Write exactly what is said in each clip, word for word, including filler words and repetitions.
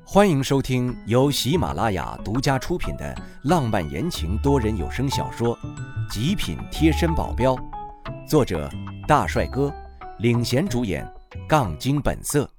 欢迎收听由喜马拉雅独家出品的浪漫言情多人有声小说《极品贴身保镖》，作者大帅哥，领衔主演杠精本色。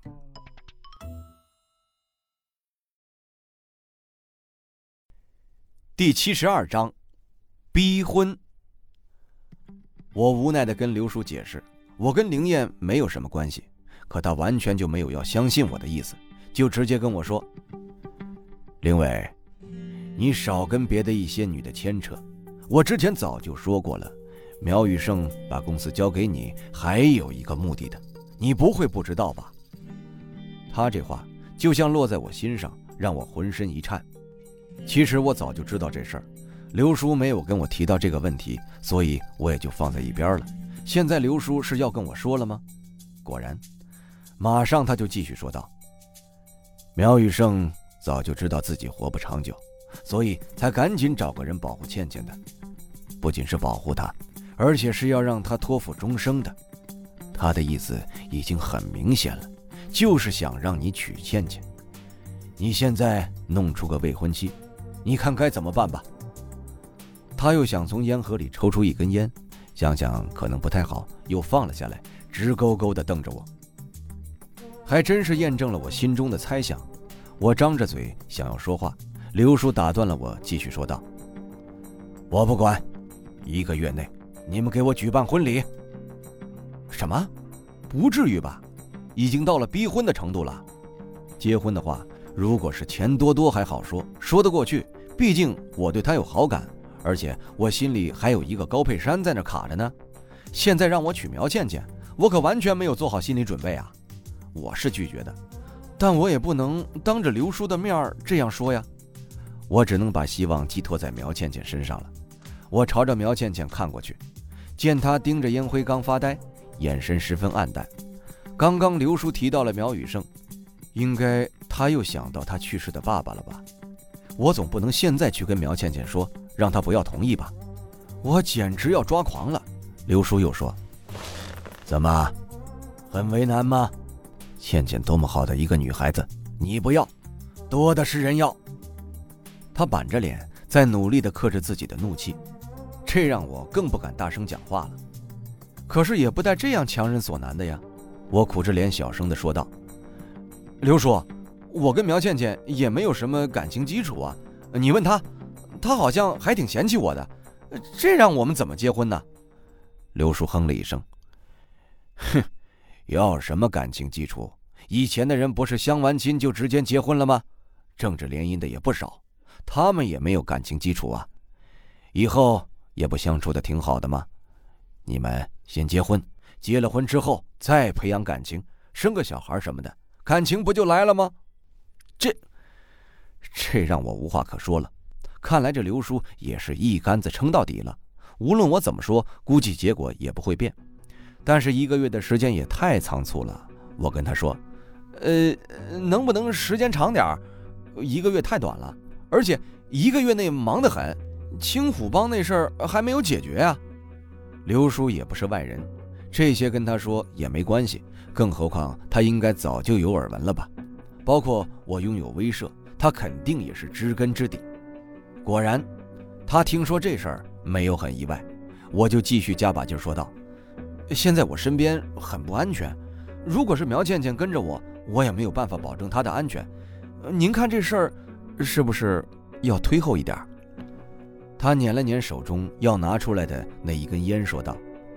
第七十二章，逼婚。我无奈地跟刘叔解释，我跟灵燕没有什么关系，可他完全就没有要相信我的意思，就直接跟我说：林伟，你少跟别的一些女的牵扯，我之前早就说过了，苗雨胜把公司交给你还有一个目的的，你不会不知道吧？他这话就像落在我心上，让我浑身一颤。其实我早就知道这事儿，刘叔没有跟我提到这个问题，所以我也就放在一边了。现在刘叔是要跟我说了吗？果然，马上他就继续说道：苗雨胜早就知道自己活不长久，所以才赶紧找个人保护倩倩的，不仅是保护她，而且是要让她托付终生的。他的意思已经很明显了，就是想让你娶倩倩。你现在弄出个未婚妻，你看该怎么办吧？他又想从烟盒里抽出一根烟，想想可能不太好，又放了下来，直勾勾地瞪着我。还真是验证了我心中的猜想。我张着嘴想要说话，刘叔打断了我，继续说道：我不管，一个月内你们给我举办婚礼。什么？不至于吧？已经到了逼婚的程度了。结婚的话，如果是钱多多还好说，说得过去，毕竟我对他有好感，而且我心里还有一个高佩珊在那卡着呢。现在让我娶苗倩倩，我可完全没有做好心理准备啊。我是拒绝的，但我也不能当着刘叔的面这样说呀。我只能把希望寄托在苗倩倩身上了。我朝着苗倩倩看过去，见她盯着烟灰缸发呆，眼神十分暗淡。刚刚刘叔提到了苗雨胜，应该他又想到他去世的爸爸了吧？我总不能现在去跟苗倩倩说，让他不要同意吧？我简直要抓狂了。刘叔又说：怎么，很为难吗？倩倩多么好的一个女孩子，你不要，多的是人要。他板着脸，在努力地克制自己的怒气，这让我更不敢大声讲话了。可是也不带这样强人所难的呀。我苦着脸小声地说道：刘叔，我跟苗倩倩也没有什么感情基础啊，你问她，她好像还挺嫌弃我的，这让我们怎么结婚呢？刘叔哼了一声：哼，要什么感情基础？以前的人不是相完亲就直接结婚了吗？政治联姻的也不少，他们也没有感情基础啊，以后也不相处的挺好的吗？你们先结婚，结了婚之后再培养感情，生个小孩什么的，感情不就来了吗？这这让我无话可说了。看来这刘叔也是一竿子撑到底了，无论我怎么说，估计结果也不会变。但是一个月的时间也太仓促了，我跟他说：呃，能不能时间长点？一个月太短了，而且一个月内忙得很，青虎帮那事儿还没有解决啊。刘叔也不是外人，这些跟他说也没关系，更何况他应该早就有耳闻了吧？包括我拥有威慑，他肯定也是知根知底。果然，他听说这事儿没有很意外，我就继续加把劲说道：现在我身边很不安全，如果是苗倩倩跟着我，我也没有办法保证她的安全。您看这事儿是不是要推后一点？他捻了捻手中要拿出来的那一根烟，说道：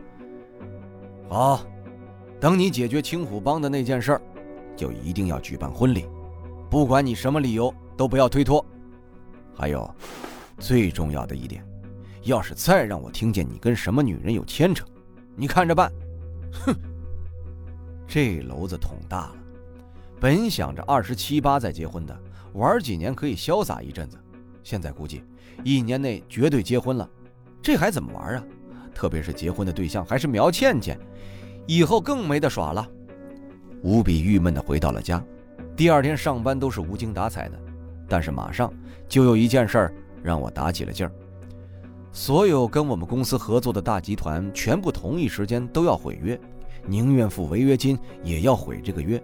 好，等你解决青虎帮的那件事儿，就一定要举办婚礼，不管你什么理由都不要推脱。还有最重要的一点，要是再让我听见你跟什么女人有牵扯，你看着办。哼，这篓子捅大了。本想着二十七八再结婚的，玩几年可以潇洒一阵子，现在估计一年内绝对结婚了，这还怎么玩啊？特别是结婚的对象还是苗倩倩，以后更没得耍了。无比郁闷地回到了家，第二天上班都是无精打采的，但是马上就有一件事儿让我打起了劲儿。所有跟我们公司合作的大集团全部同一时间都要毁约，宁愿付违约金也要毁这个约。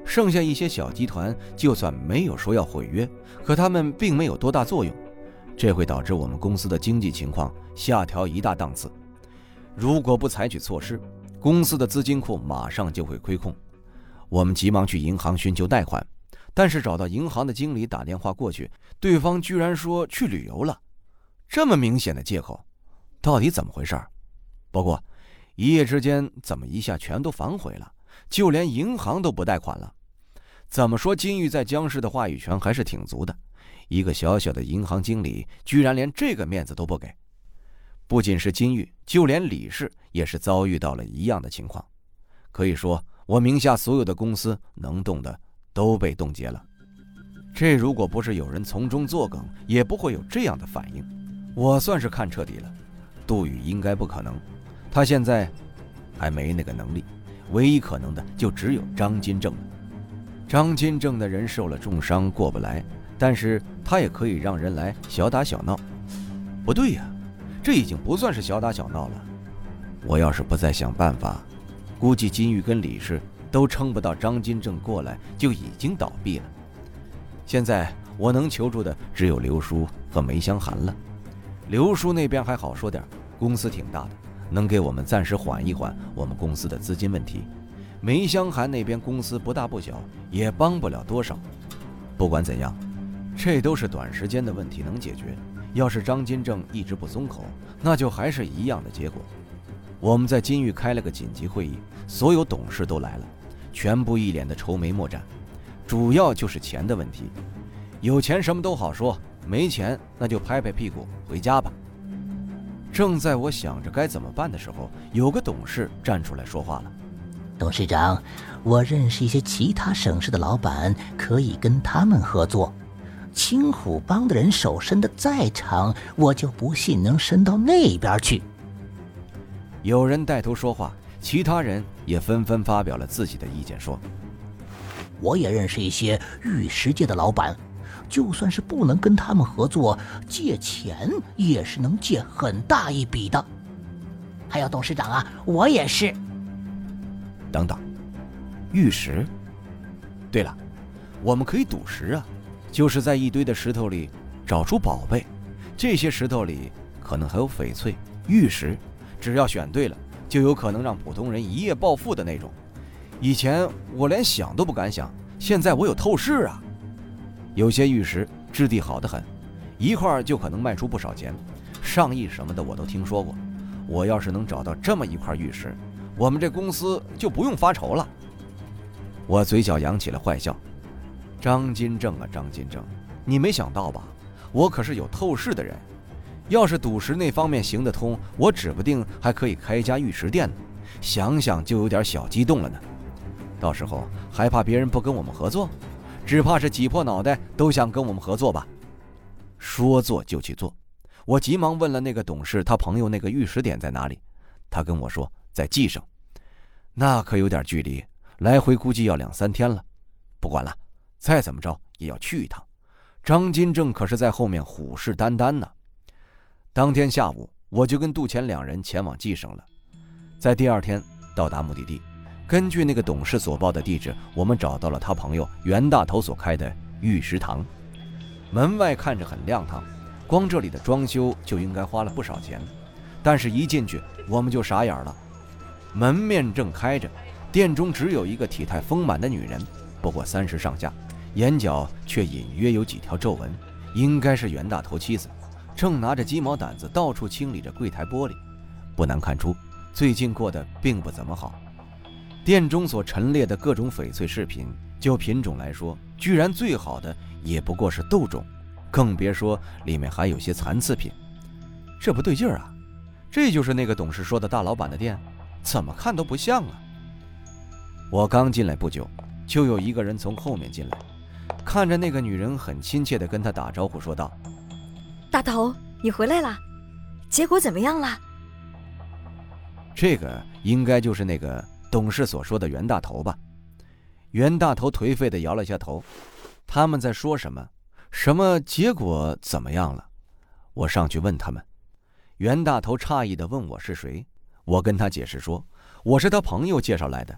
剩下一些小集团就算没有说要毁约，可他们并没有多大作用，这会导致我们公司的经济情况下调一大档次。如果不采取措施，公司的资金库马上就会亏空。我们急忙去银行寻求贷款，但是找到银行的经理打电话过去，对方居然说去旅游了。这么明显的借口，到底怎么回事？不过一夜之间怎么一下全都反悔了，就连银行都不贷款了。怎么说金玉在江氏的话语权还是挺足的，一个小小的银行经理居然连这个面子都不给。不仅是金玉，就连李氏也是遭遇到了一样的情况。可以说我名下所有的公司能动的都被冻结了。这如果不是有人从中作梗，也不会有这样的反应。我算是看彻底了，杜宇应该不可能，他现在还没那个能力，唯一可能的就只有张金正了。张金正的人受了重伤过不来，但是他也可以让人来小打小闹。不对呀，这已经不算是小打小闹了。我要是不再想办法，估计金玉跟李氏都撑不到张金正过来就已经倒闭了。现在我能求助的只有刘叔和梅香寒了。刘叔那边还好说点，公司挺大的，能给我们暂时缓一缓我们公司的资金问题。梅香寒那边公司不大不小，也帮不了多少。不管怎样，这都是短时间的问题，能解决。要是张金正一直不松口，那就还是一样的结果。我们在金玉开了个紧急会议，所有董事都来了，全部一脸的愁眉莫展，主要就是钱的问题。有钱什么都好说，没钱那就拍拍屁股回家吧。正在我想着该怎么办的时候，有个董事站出来说话了。 董事长，我认识一些其他省市的老板，可以跟他们合作。青虎帮的人手伸得再长，我就不信能伸到那边去。 有人带头说话，其他人也纷纷发表了自己的意见，说我也认识一些玉石界的老板，就算是不能跟他们合作，借钱也是能借很大一笔的。还有董事长啊，我也是。 等等，玉石？对了，我们可以赌石啊，就是在一堆的石头里找出宝贝，这些石头里可能还有翡翠、玉石，只要选对了，就有可能让普通人一夜暴富的那种。以前我连想都不敢想，现在我有透视啊。有些玉石质地好得很，一块就可能卖出不少钱，上亿什么的我都听说过。我要是能找到这么一块玉石，我们这公司就不用发愁了。我嘴角扬起了坏笑。张金正啊，张金正，你没想到吧？我可是有透视的人，要是赌石那方面行得通，我指不定还可以开一家玉石店呢。想想就有点小激动了呢。到时候还怕别人不跟我们合作？只怕是挤破脑袋都想跟我们合作吧。说做就去做，我急忙问了那个董事他朋友那个玉石点在哪里，他跟我说在冀省，那可有点距离，来回估计要两三天了。不管了，再怎么着也要去一趟。张金正可是在后面虎视眈眈呢。当天下午，我就跟杜钱两人前往冀省了。在第二天到达目的地，根据那个董事所报的地址，我们找到了他朋友袁大头所开的玉石堂。门外看着很亮堂，光这里的装修就应该花了不少钱，但是一进去我们就傻眼了。门面正开着，店中只有一个体态丰满的女人，不过三十上下，眼角却隐约有几条皱纹，应该是袁大头妻子，正拿着鸡毛掸子到处清理着柜台玻璃。不难看出，最近过得并不怎么好。店中所陈列的各种翡翠饰品，就品种来说，居然最好的也不过是豆种，更别说里面还有些残次品。这不对劲儿啊！这就是那个董事说的大老板的店，怎么看都不像啊！我刚进来不久，就有一个人从后面进来，看着那个女人，很亲切地跟她打招呼，说道：“ 大头，你回来了，结果怎么样了？” 这个应该就是那个董事所说的袁大头吧？袁大头颓废地摇了下头。他们在说什么？什么结果怎么样了？我上去问他们。袁大头诧异地问我是谁。我跟他解释说，我是他朋友介绍来的。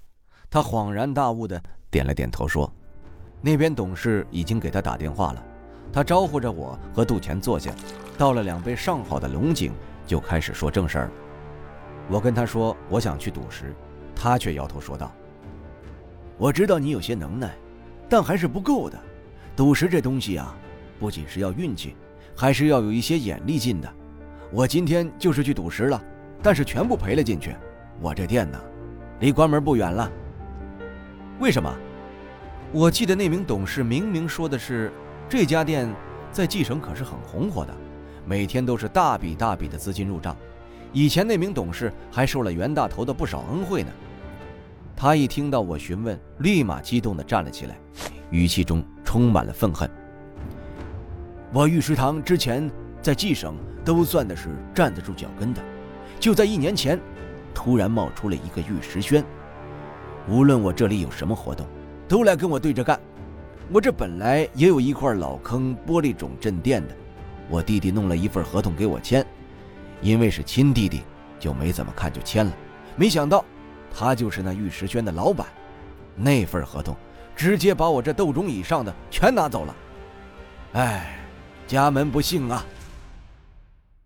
他恍然大悟地点了点头说，那边董事已经给他打电话了。他招呼着我和杜钱坐下，倒了两杯上好的龙井，就开始说正事儿了。我跟他说我想去赌石，他却摇头说道，我知道你有些能耐，但还是不够的。赌石这东西啊，不仅是要运气，还是要有一些眼力劲的。我今天就是去赌石了，但是全部赔了进去。我这店呢，离关门不远了。为什么？我记得那名董事明明说的是，这家店在冀省可是很红火的，每天都是大笔大笔的资金入账。以前那名董事还受了袁大头的不少恩惠呢。他一听到我询问，立马激动地站了起来，语气中充满了愤恨。我玉石堂之前在冀省都算的是站得住脚跟的，就在一年前，突然冒出了一个玉石轩，无论我这里有什么活动，都来跟我对着干。我这本来也有一块老坑玻璃种镇店的，我弟弟弄了一份合同给我签，因为是亲弟弟，就没怎么看就签了。没想到他就是那玉石轩的老板，那份合同直接把我这斗中以上的全拿走了。哎，家门不幸啊！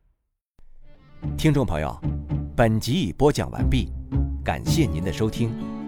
听众朋友，本集已播讲完毕，感谢您的收听。